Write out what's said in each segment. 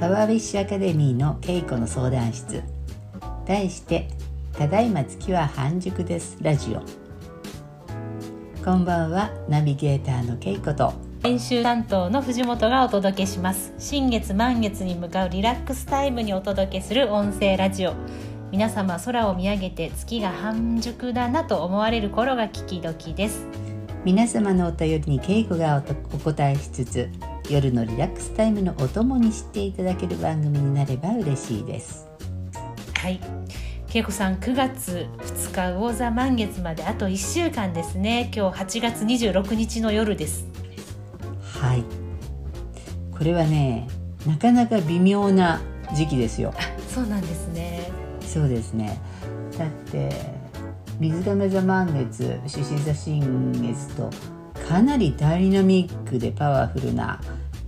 パワーウィッシュアカデミーのけいこの相談室、題してただいま月は半熟ですラジオ。こんばんは、ナビゲーターのけいこと編集担当の藤本がお届けします。新月満月に向かうリラックスタイムにお届けする音声ラジオ。皆様、空を見上げて月が半熟だなと思われる頃が聞き時です。 皆様のお便りにけいこがお答えしつつ、夜のリラックスタイムのお供にしていただける番組になれば嬉しいです。 はい、けいこさん、9月2日魚座満月まであと1週間ですね。今日8月26日の夜です。 はい、これはね、なかなか微妙な時期ですよ。 そうなんですね。 そうですね。だって水亀座満月、獅子座新月とかなりダイナミックでパワフルな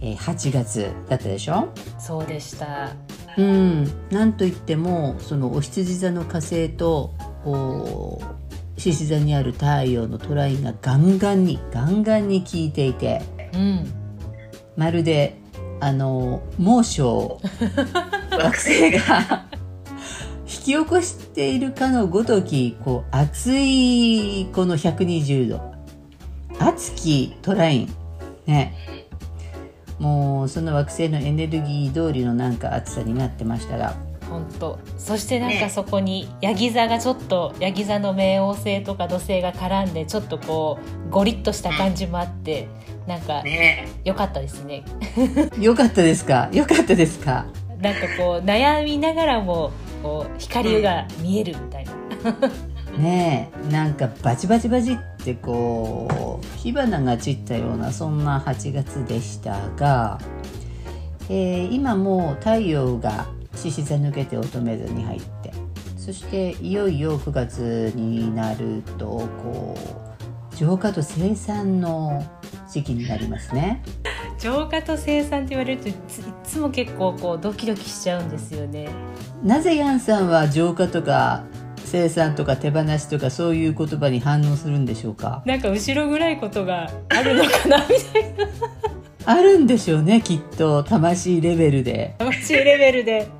8月だったでしょ。 そうでした。 なんといってもそのお羊座の火星と獅子座にある太陽のトラインがガンガンに効いていて、まるで猛暑惑星が引き起こしているかのごとき、熱いこの120度熱きトラインね、もうその惑星のエネルギー通りのなんか暑さになってましたが、 本当。そしてなんかそこにヤギ座がちょっと、ヤギ座の冥王星とか土星が絡んでちょっとゴリッとした感じもあって、なんか良かったですね。 良かったですか。良かったですか。 なんか悩みながらも光が見えるみたいな。 ねえ、なんかバチバチバチって火花が散ったようなそんな8月でしたが、今もう太陽が獅子座抜けて乙女座に入って、そしていよいよ9月になると浄化と生産の時期になりますね。 浄化と生産って言われるといつも結構ドキドキしちゃうんですよね。 なぜヤンさんは浄化とか生産とか手放しとかそういう言葉に反応するんでしょうか。 なんか後ろ暗いことがあるのかなみたいな。 あるんでしょうね、きっと魂レベルで。 魂レベルで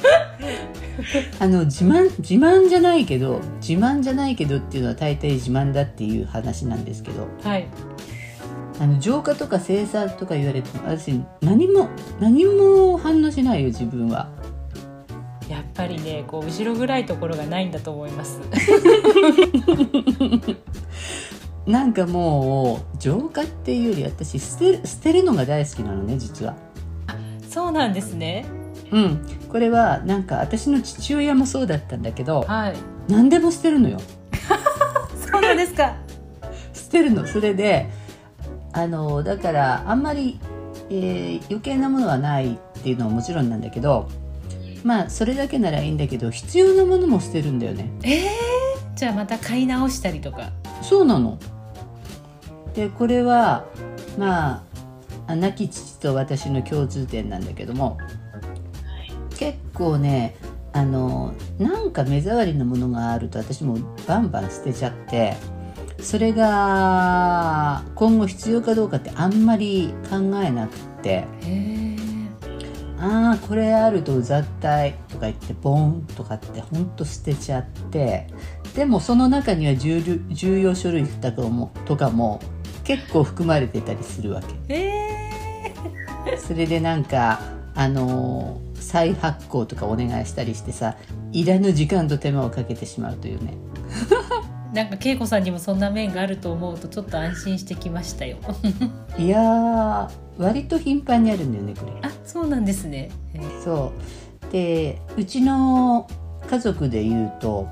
自慢じゃないけどっていうのは大抵自慢だっていう話なんですけど、 はい、 浄化とか生産とか言われても私何も反応しないよ、自分は。 やっぱりね、後ろ暗いところがないんだと思います。 なんかもう浄化っていうより私捨てるのが大好きなのね、実は。 そうなんですね。 これはなんか私の父親もそうだったんだけど、 はい、 何でも捨てるのよ。 そうなんですか。 捨てるの。それでだからあんまり、余計なものはないっていうのはもちろんなんだけど、まあそれだけならいいんだけど、必要なものも捨てるんだよね。 じゃあまた買い直したりとか。 そうなの。でこれはまあ亡き父と私の共通点なんだけども、結構ねなんか目障りなものがあると私もバンバン捨てちゃって、それが今後必要かどうかってあんまり考えなくって、これあると雑体とか言ってボンとかってほんと捨てちゃって、でもその中には重要書類とかも結構含まれてたりするわけ。それでなんか再発行とかお願いしたりしてさ、いらぬ時間と手間をかけてしまうというね。 なんか恵子さんにもそんな面があると思うとちょっと安心してきましたよ。 いや割と頻繁にあるんだよね、これ。 そうなんですね。 そうで、うちの家族で言うと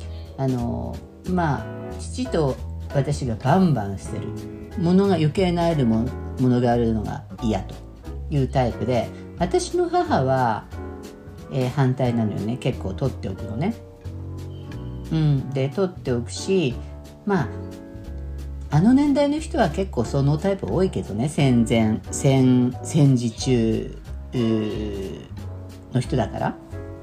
父と私がバンバン捨てるものが、余計なあるものがあるのが嫌というタイプで、私の母は、反対なのよね。結構取っておくのね。で取っておくし、年代の人は結構そのタイプ多いけどね、戦時中の人だから、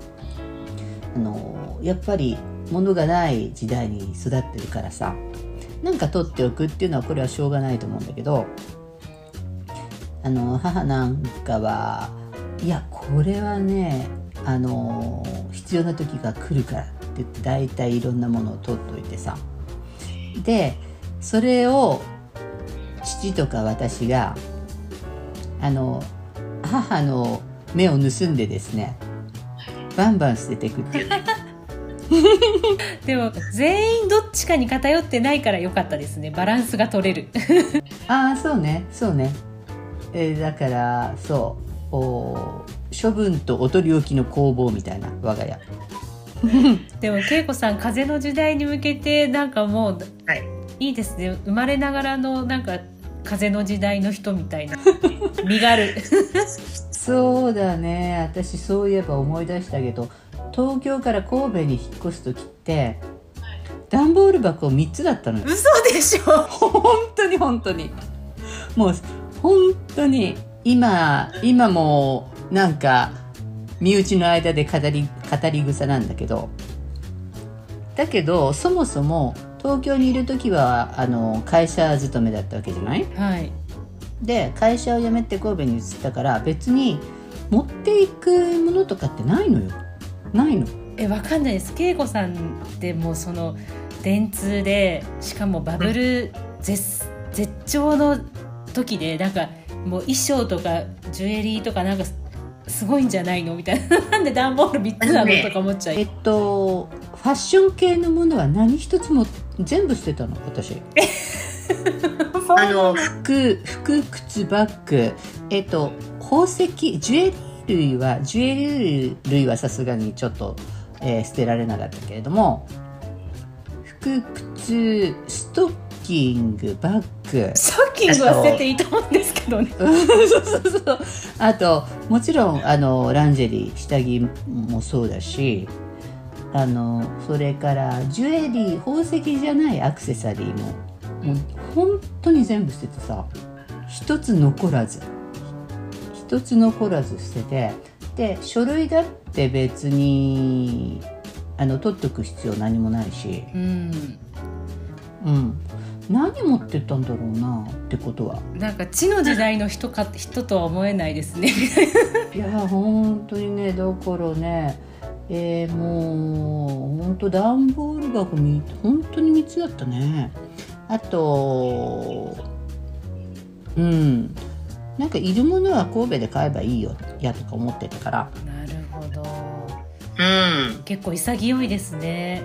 やっぱり物がない時代に育ってるからさ、なんか取っておくっていうのはこれはしょうがないと思うんだけど、母なんかはいやこれはね必要な時が来るからって言ってだいたいいろんなものを取っといてさ、でそれを父とか私が母の目を盗んでですねバンバン捨てていくっていうでも全員どっちかに偏ってないから良かったですね。バランスが取れるああそうねそうね、だからそう処分とお取り置きの攻防みたいな我が家でも恵子さん風の時代に向けてなんかもう、 はい、 いいですね。生まれながらのなんか風の時代の人みたいな身軽そうだね。私そういえば思い出したけど東京から神戸に引っ越す時って段ボール箱3つだったのよ。 嘘でしょ本当に本当にもう本当に今もなんか身内の間で語り草なんだけど、そもそも東京にいる時は会社勤めだったわけじゃない？ はい。 で会社を辞めて神戸に移ったから別に持っていくものとかってないのよ。ないの。 わかんないです。恵子さんってもうその電通でしかもバブル絶頂の時でなんかもう衣装とかジュエリーとかなんかすごいんじゃないのみたいななんで段ボール3つなのとか思っちゃう。 ファッション系のものは何一つも全部捨てたの私服、靴、バッグ、宝石、ジュエリー類はさすがにちょっと、捨てられなかったけれども、服、靴、ストッキング、バッグ、 ストッキングは捨てていいと思うんですけどねそうあともちろんランジェリー下着もそうだしそれからジュエリー宝石じゃないアクセサリーもう本当に全部捨ててさ一つ残らず捨てて、で書類だって別に取っておく必要何もないし、何持ってったんだろうなってことはなんか地の時代の人とは思えないですねいや本当にねだからねもう本当段ボール箱本当に3つだったね。あとなんかいるものは神戸で買えばいいよやとか思ってたから。 なるほど、結構潔いですね。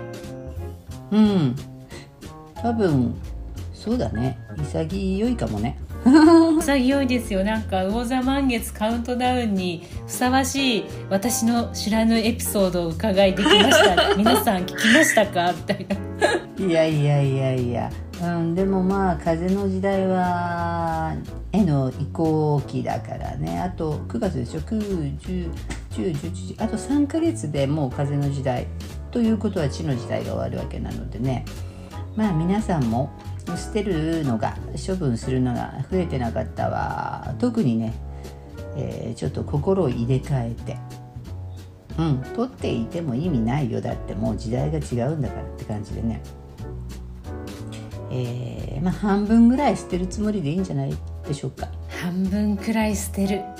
多分そうだね潔いかもね潔いですよ。なんか魚座満月カウントダウンにふさわしい私の知らぬエピソードを伺いできました皆さん聞きましたかみたいないや、でもまあ風の時代はへの移行期だからね。あと9月でしょ。9、10、10、11あと3ヶ月でもう風の時代ということは地の時代が終わるわけなのでね、まあ皆さんも捨てるのが処分するのが増えてなかったわ。特にね、ちょっと心を入れ替えて取っていても意味ないよ。だってもう時代が違うんだからって感じでね、半分ぐらい捨てるつもりでいいんじゃないでしょうか。 半分くらい捨てる。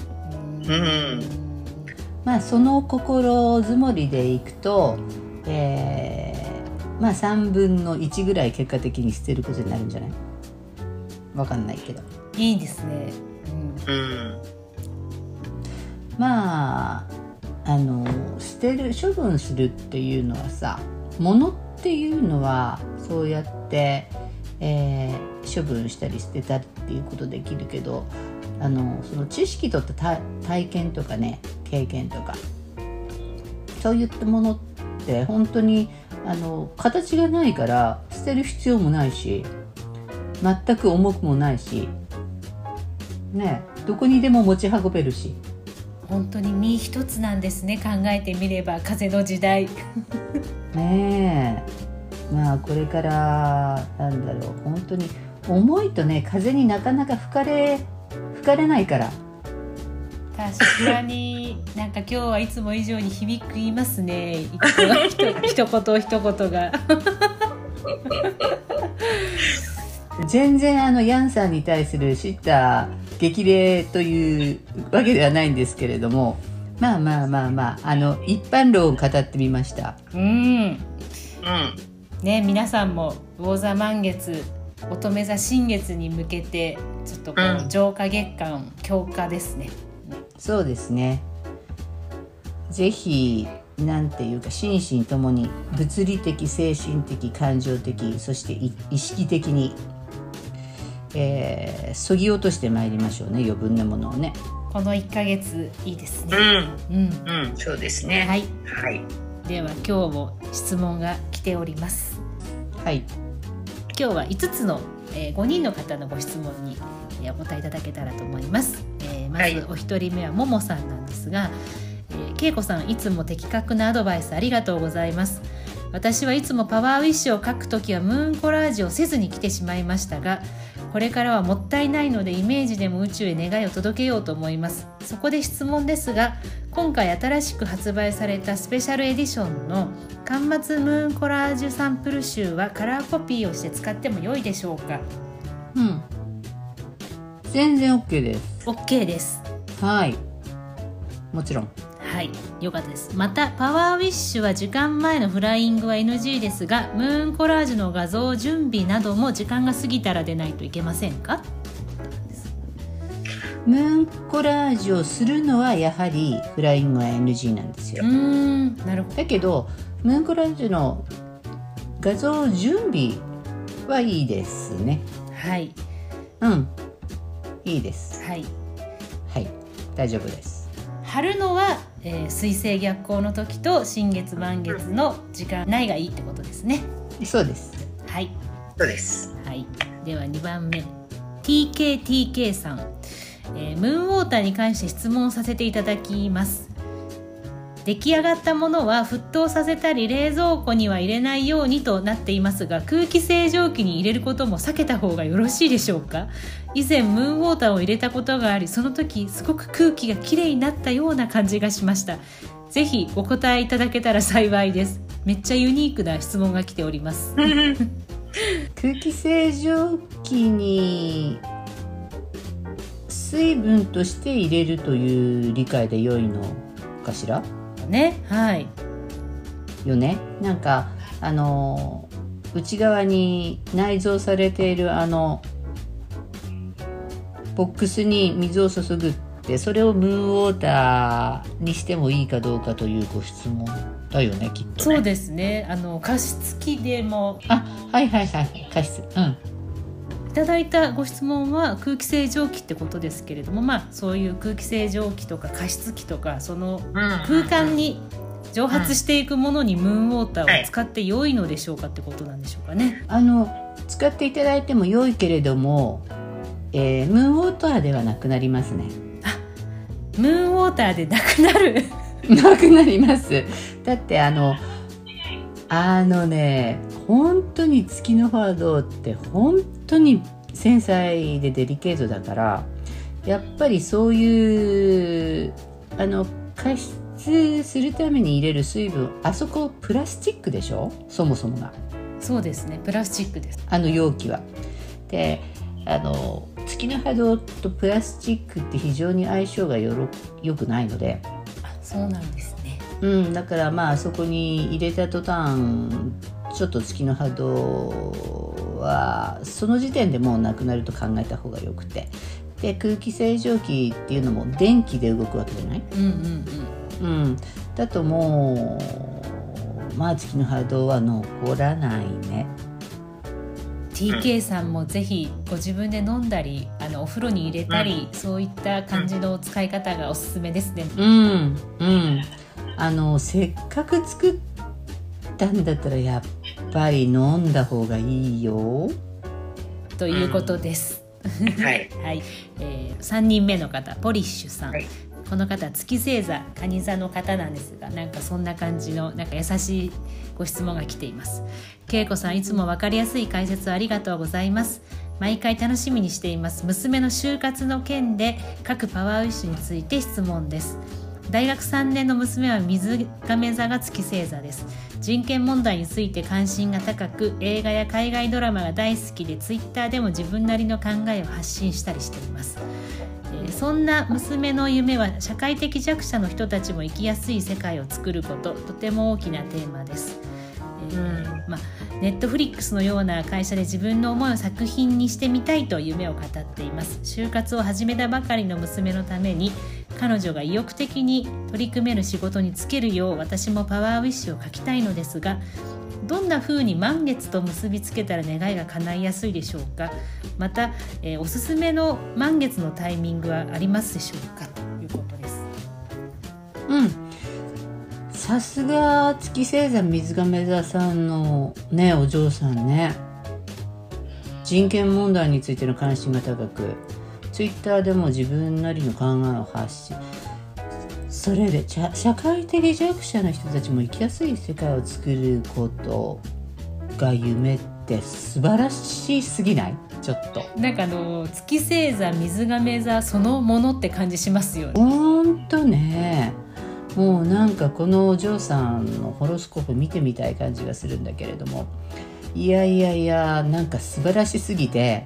まあその心づもりでいくと、3分の1ぐらい結果的に捨てることになるんじゃない？わかんないけど。 いいですね。 まあ捨てる処分するっていうのはさ、物っていうのはそうやって、処分したり捨てたりっていうことできるけど、その知識とって体験とかね経験とかそういったものって本当に形がないから捨てる必要もないし全く重くもないしね、どこにでも持ち運べるし本当に身一つなんですね。考えてみれば風の時代ねえ、まあこれからなんだろう、本当に重いとね風になかなか吹かれないから。 確かになんか今日はいつも以上に響く言いますね一言が全然ヤンさんに対する叱咤激励というわけではないんですけれども、 まあ一般論を語ってみました。 ね、皆さんも魚座満月、乙女座新月に向けてちょっとこう浄化月間強化ですね。 そうですね。ぜひなんていうか心身ともに物理的、精神的、感情的、そして意識的に、そぎ落としてまいりましょうね、余分なものをね。 この1ヶ月いいですね。 そうですね。 はい、では今日も質問が来ております。 はい。 今日は5つの、5人の方のご質問にお答えいただけたらと思います。まずお一人目はももさんなんですが、けいこさんいつも的確なアドバイスありがとうございます。私はいつもパワーウィッシュを書くときはムーンコラージュをせずに来てしまいましたが、これからはもったいないのでイメージでも宇宙へ願いを届けようと思います。そこで質問ですが、今回新しく発売されたスペシャルエディションの巻末ムーンコラージュサンプル集はカラーコピーをして使っても良いでしょうか？ 全然 OK です。 OK です。 はい、もちろん。 はい、よかったです。またパワーウィッシュは時間前のフライングは NG ですが、ムーンコラージュの画像準備なども時間が過ぎたら出ないといけませんか？ ムーンコラージュをするのはやはりフライングは NG なんですよ。 なるほど。 だけどムーンコラージュの画像準備はいいですね。 はい、 いいです。 はい、 大丈夫です。 貼るのは、水星逆行の時と新月満月の時間内がいいってことですね。 そうです。 はい、 そうです。 はい、では2番目 TKTK さん、ムーンウォーターに関して質問させていただきます。出来上がったものは沸騰させたり冷蔵庫には入れないようにとなっていますが、空気清浄機に入れることも避けた方がよろしいでしょうか？以前ムーンウォーターを入れたことがあり、その時すごく空気がきれいになったような感じがしました。ぜひお答えいただけたら幸いです。めっちゃユニークな質問が来ております空気清浄機に水分として入れるという理解で良いのかしらね。はいよね。なんか内側に内蔵されているボックスに水を注ぐって、それをムーンウォーターにしてもいいかどうかというご質問だよね、きっとね。 そうですね。加湿器でもはい加湿、 いただいたご質問は空気清浄機ってことですけれども、そういう空気清浄機とか加湿器とか、その空間に蒸発していくものにムーンウォーターを使って良いのでしょうかってことなんでしょうかね。 使っていただいても良いけれども、ムーンウォーターではなくなりますね。 ムーンウォーターでなくなるなくなります。だって本当に月の波動って本当に繊細でデリケートだから、やっぱりそういう加湿するために入れる水分、あそこプラスチックでしょ、そもそもが。 そうですね、プラスチックです。 容器は。で月の波動とプラスチックって非常に相性が良くないので。 そうなんですね。 だからそこに入れた途端ちょっと月の波動はその時点でもうなくなると考えた方がよくて、で空気清浄機っていうのも電気で動くわけじゃない？だともう月の波動は残らないね。 TK さんもぜひご自分で飲んだりお風呂に入れたり、そういった感じの使い方がおすすめですね。 せっかく作ったんだったらやっぱり飲んだ方がいいよということです。3人目の方ポリッシュさん、この方月星座蟹座の方なんですが、なんかそんな感じの優しいご質問が来ています。けいこさん、いつも分かりやすい解説ありがとうございます。毎回楽しみにしています。娘の就活の件で各パワーウィッシュについて質問です。 大学3年の娘は水亀座が月星座です。人権問題について関心が高く、映画や海外ドラマが大好きで、ツイッターでも自分なりの考えを発信したりしています。そんな娘の夢は、社会的弱者の人たちも生きやすい世界を作ること、とても大きなテーマです。ネットフリックスのような会社で自分の思いを作品にしてみたいと夢を語っています。就活を始めたばかりの娘のために、彼女が意欲的に取り組める仕事に就けるよう、私もパワーウィッシュを書きたいのですが、どんな風に満月と結びつけたら願いが叶いやすいでしょうか。また、おすすめの満月のタイミングはありますでしょうか、ということです。 さすが月星座水亀座さんのね、お嬢さんね。人権問題についての関心が高く、ツイッターでも自分なりの考えを発信、それで社会的弱者の人たちも生きやすい世界を作ることが夢って素晴らしすぎない？ちょっとなんか月星座水亀座そのものって感じしますよね。 ほんとね、もうなんかこのお嬢さんのホロスコープ見てみたい感じがするんだけれども、いやなんか素晴らしすぎて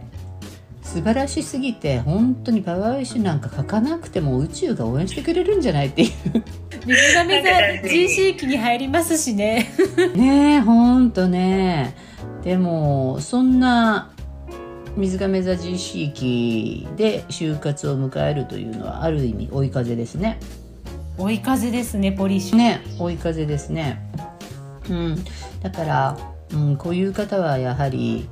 本当にパワーウィッシュなんか書かなくても宇宙が応援してくれるんじゃないっていう水亀座 GC 期に入りますしねねえ、ほんとね。でもそんな水亀座 GC 期で就活を迎えるというのはある意味追い風ですね。 追い風ですね、ポリッシュね、追い風ですね。だから、こういう方はやはり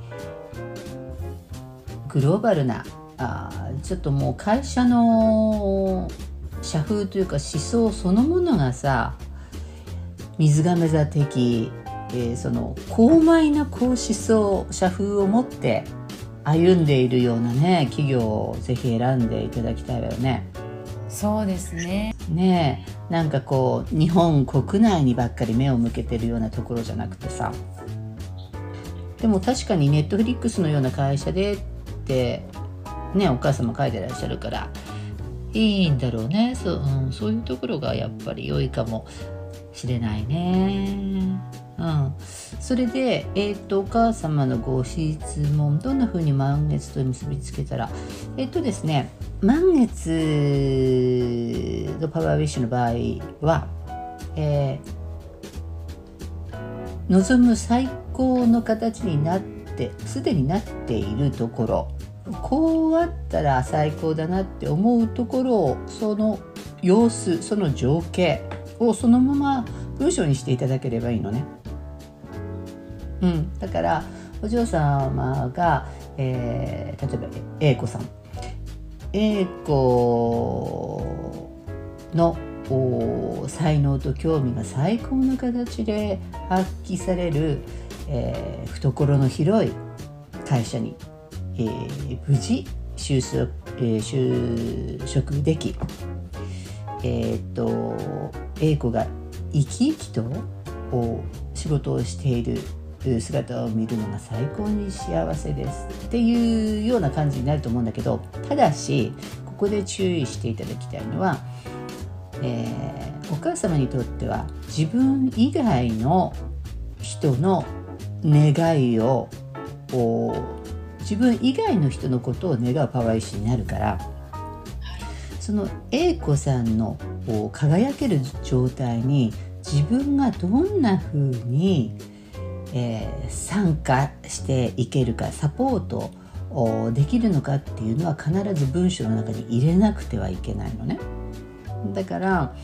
グローバルなちょっともう会社の社風というか思想そのものがさ、水亀座的、その高邁な思想社風を持って歩んでいるようなね、企業をぜひ選んでいただきたいわよね。 そうですね。 ねえ、なんかこう日本国内にばっかり目を向けてるようなところじゃなくてさ、でも確かにネットフリックスのような会社でってね、お母様書いてらっしゃるからいいんだろうね。そういうところがやっぱり良いかもしれないね。それで、お母様のご質問、どんな風に満月と結びつけたら、ですね、満月のパワーウィッシュの場合は、望む最高の形になってすでになっているところ、こうあったら最高だなって思うところを、その様子、その情景をそのまま文章にしていただければいいのね。だからお嬢様が、例えば A 子さん、A 子の才能と興味が最高の形で発揮される、懐の広い会社に、無事就職でき、A 子が生き生きと仕事をしている姿を見るのが最高に幸せですっていうような感じになると思うんだけど、ただしここで注意していただきたいのは、お母様にとっては自分以外の人の願いを、自分以外の人のことを願うパワーウィッシュになるから、その A 子さんの輝ける状態に自分がどんな風に参加していけるか、サポートできるのかっていうのは必ず文章の中に入れなくてはいけないのね。だから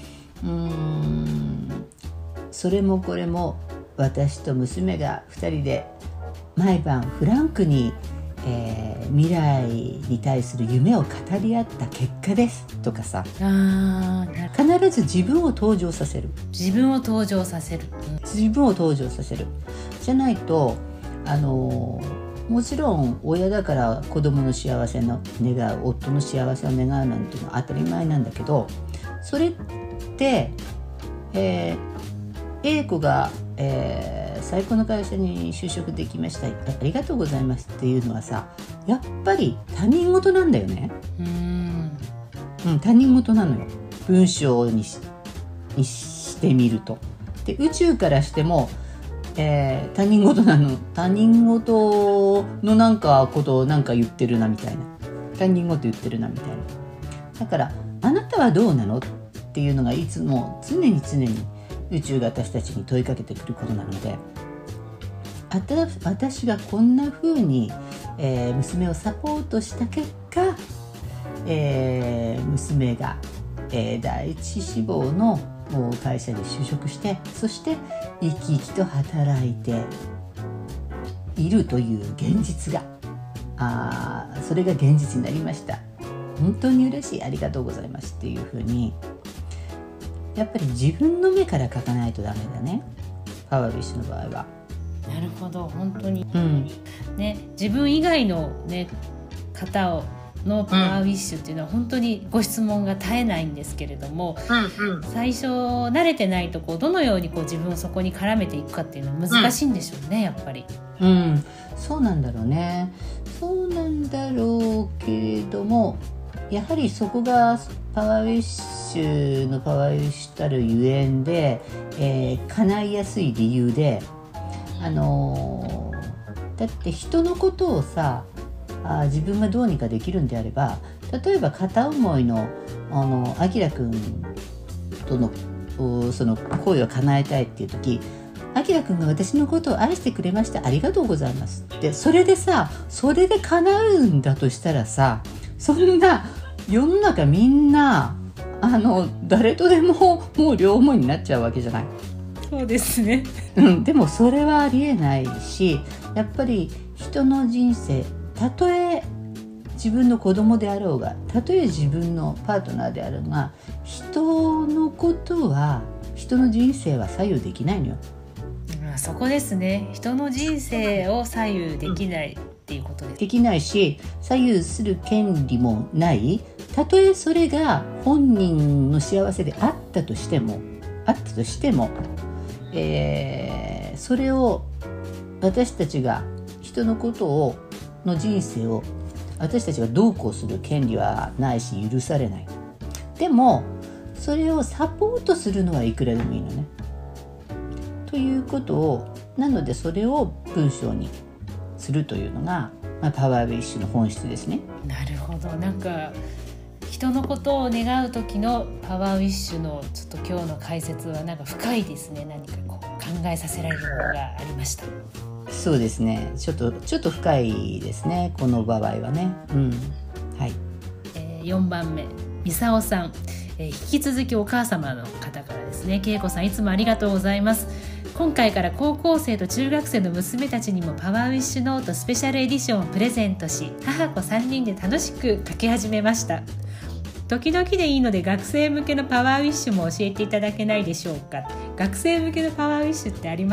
それもこれも私と娘が2人で毎晩フランクに、未来に対する夢を語り合った結果ですとかさ、必ず自分を登場させる。 自分を登場させるじゃないともちろん親だから子供の幸せの願う、夫の幸せを願うなんていうのは当たり前なんだけど、それって、A 子が、最高の会社に就職できました、ありがとうございますっていうのはさ、やっぱり他人事なんだよね。他人事なのよ。文章ににしてみると。で宇宙からしても、他人事のなんかことをなんか言ってるなみたいな、他人事言ってるなみたいな。だからあなたはどうなのっていうのがいつも常に宇宙が私たちに問いかけてくることなので、私がこんな風に、娘をサポートした結果、娘が、第一志望の会社に就職して、そして生き生きと働いているという現実が、それが現実になりました。本当に嬉しい、ありがとうございますっていう風に、やっぱり自分の目から描かないとダメだね、パワーウィッシュの場合は。 なるほど、本当に、ね、自分以外の、ね、方のパワーウィッシュっていうのは本当にご質問が絶えないんですけれども、最初慣れてないとどのように自分をそこに絡めていくかっていうのは難しいんでしょうね、やっぱり。 そうなんだろうね。そうなんだろうけれども、やはりそこがパワーウィッシュのパワーウィッシュたるゆえんで、叶いやすい理由で、だって人のことをさ、自分がどうにかできるんであれば、例えば片思いのあきらくんとのその恋を叶えたいっていう時、あきらくんが私のことを愛してくれました、ありがとうございますって、それで叶うんだとしたらさ、そんな世の中みんな誰とでももう両思いになっちゃうわけじゃない。 そうですね、 でもそれはありえないし、やっぱり人の人生、たとえ自分の子供であろうが、たとえ自分のパートナーであろうが、人の人生は左右できないのよ。 そこですね、人の人生を左右できないっていうことです。 できないし、左右する権利もない。たとえそれが本人の幸せであったとしても、それを私たちが人のことの人生を私たちがどうこうする権利はないし、許されない。でもそれをサポートするのはいくらでもいいのね。ということを、なのでそれを文章にするというのが、パワーウィッシュの本質ですね。 なるほど、なんか人のことを願う時のパワーウィッシュのちょっと今日の解説はなんか深いですね。何か考えさせられるものがありました。 そうですね、ちょっと深いですね、この場合はね。はい。 4番目、みさおさん、引き続きお母様の方からですね。けいこさん、いつもありがとうございます。今回から高校生と中学生の娘たちにもパワーウィッシュノートスペシャルエディションをプレゼントし、母子3人で楽しく書き始めました。時々でいいので学生向けのパワーウィッシュも教えていただけないでしょうか。学生向けのパワーウィッシュってあります？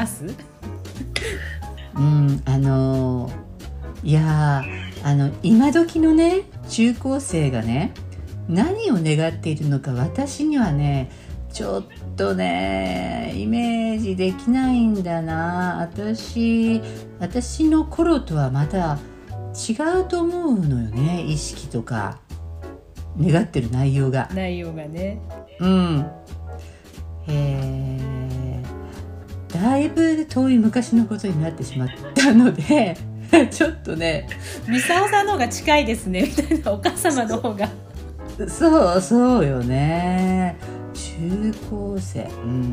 いや今時のね、中高生がね、何を願っているのか私にはね、ちょっとねイメージできないんだな。私の頃とはまた違うと思うのよね、意識とか願ってる内容がね。 だいぶ遠い昔のことになってしまったのでちょっとね、 みさおさんの方が近いですねみたいな、お母様の方がそうよね。中高生、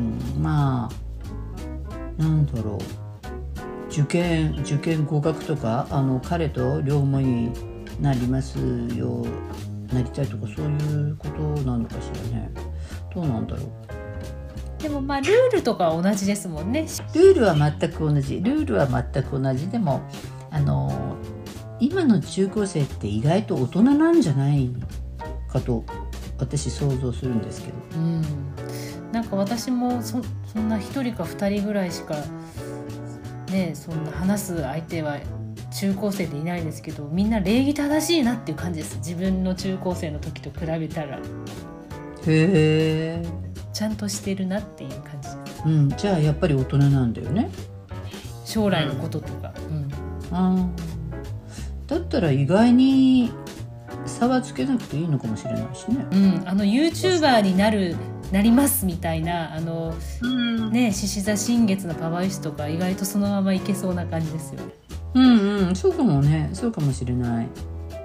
なんだろう、受験合格とか、彼と両思いになりますよ、なりたいとか、そういうことなのかしらね。どうなんだろう。 でもルールとかは同じですもんね。 ルールは全く同じ。でも今の中高生って意外と大人なんじゃないかと私想像するんですけど、 なんか私も そんな1人か2人ぐらいしかね、そんな話す相手は中高生でいないですけど、みんな礼儀正しいなっていう感じです。自分の中高生の時と比べたら。 へー、 ちゃんとしてるなっていう感じです。 じゃあやっぱり大人なんだよね、 将来のこととか。 だったら意外に差はつけなくていいのかもしれないしね。 YouTuber になるなりますみたいなね、獅子座新月のパワーウィッシュとか意外とそのままいけそうな感じですよ。 そうかもね、そうかもしれない。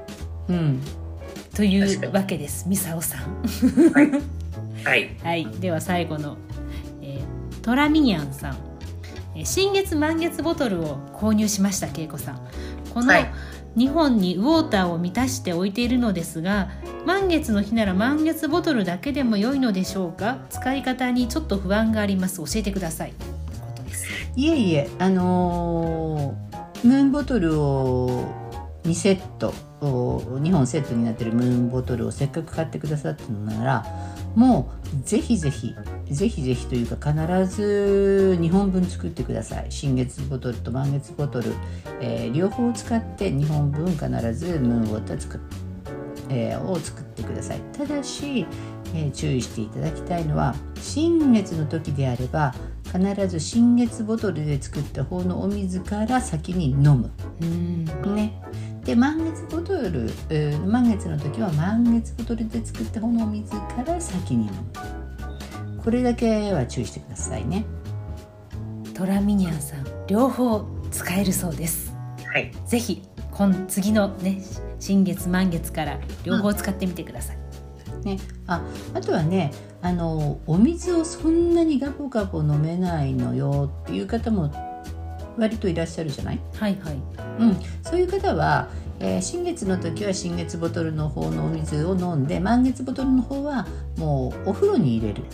というわけです、ミサオさん。 はい、 では最後の、トラミニャンさん、新月満月ボトルを購入しました。恵子さん、この2本にウォーターを満たして置いているのですが、満月の日なら満月ボトルだけでも良いのでしょうか。使い方にちょっと不安があります。教えてください。ということです。 いえ、ムーンボトルを2セット、2本セットになっているムーンボトルをせっかく買ってくださったのなら、もうぜひぜひというか必ず2本分作ってください。新月ボトルと満月ボトル、両方使って2本分必ずムーンウォーターを作ってください。ただし、注意していただきたいのは、新月の時であれば必ず新月ボトルで作った方のお水から先に飲む。で満月ボトル、満月の時は満月ボトルで作った方のお水から先に飲む。これだけは注意してくださいね。 トラミニャンさん、両方使えるそうです。ぜひ次のね、新月満月から両方使ってみてください。 あとはね、お水をそんなにガボガボ飲めないのよっていう方も割といらっしゃるじゃない？そういう方は、新月の時は新月ボトルの方のお水を飲んで、満月ボトルの方はもうお風呂に入れる。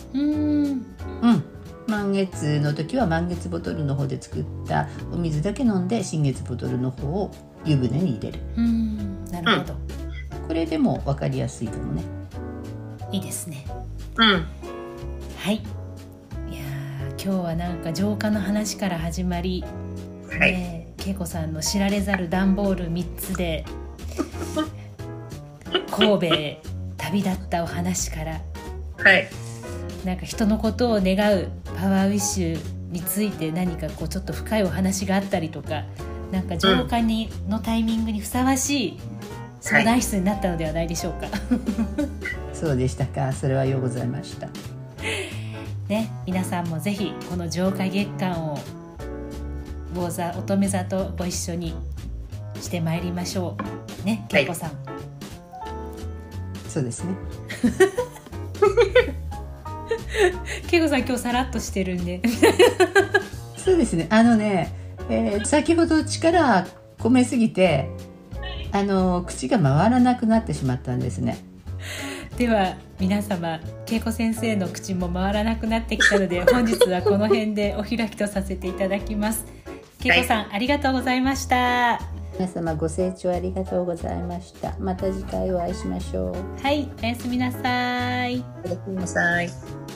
満月の時は満月ボトルの方で作ったお水だけ飲んで、新月ボトルの方を湯船に入れる。 なるほど。 これでも分かりやすいかもね。 いいですね。いや今日はなんか浄化の話から始まり、恵子さんの知られざる段ボール3つで神戸へ旅立ったお話から、なんか人のことを願うパワーウィッシュについて何かこうちょっと深いお話があったりとか、なんか浄化のタイミングにふさわしい相談室になったのではないでしょうか。 そうでしたか。それはようございました。 皆さんもぜひこの浄化月間を魚座乙女座とご一緒にしてまいりましょうね、恵子さん。 そうですね。 恵子さん今日さらっとしてるんで。 そうですね。先ほど力込めすぎて口が回らなくなってしまったんですね。 では皆様、恵子先生の口も回らなくなってきたので、本日はこの辺でお開きとさせていただきます。恵子さん、ありがとうございました。 皆様ご清聴ありがとうございました。また次回お会いしましょう。 おやすみなさい。 おやすみなさい。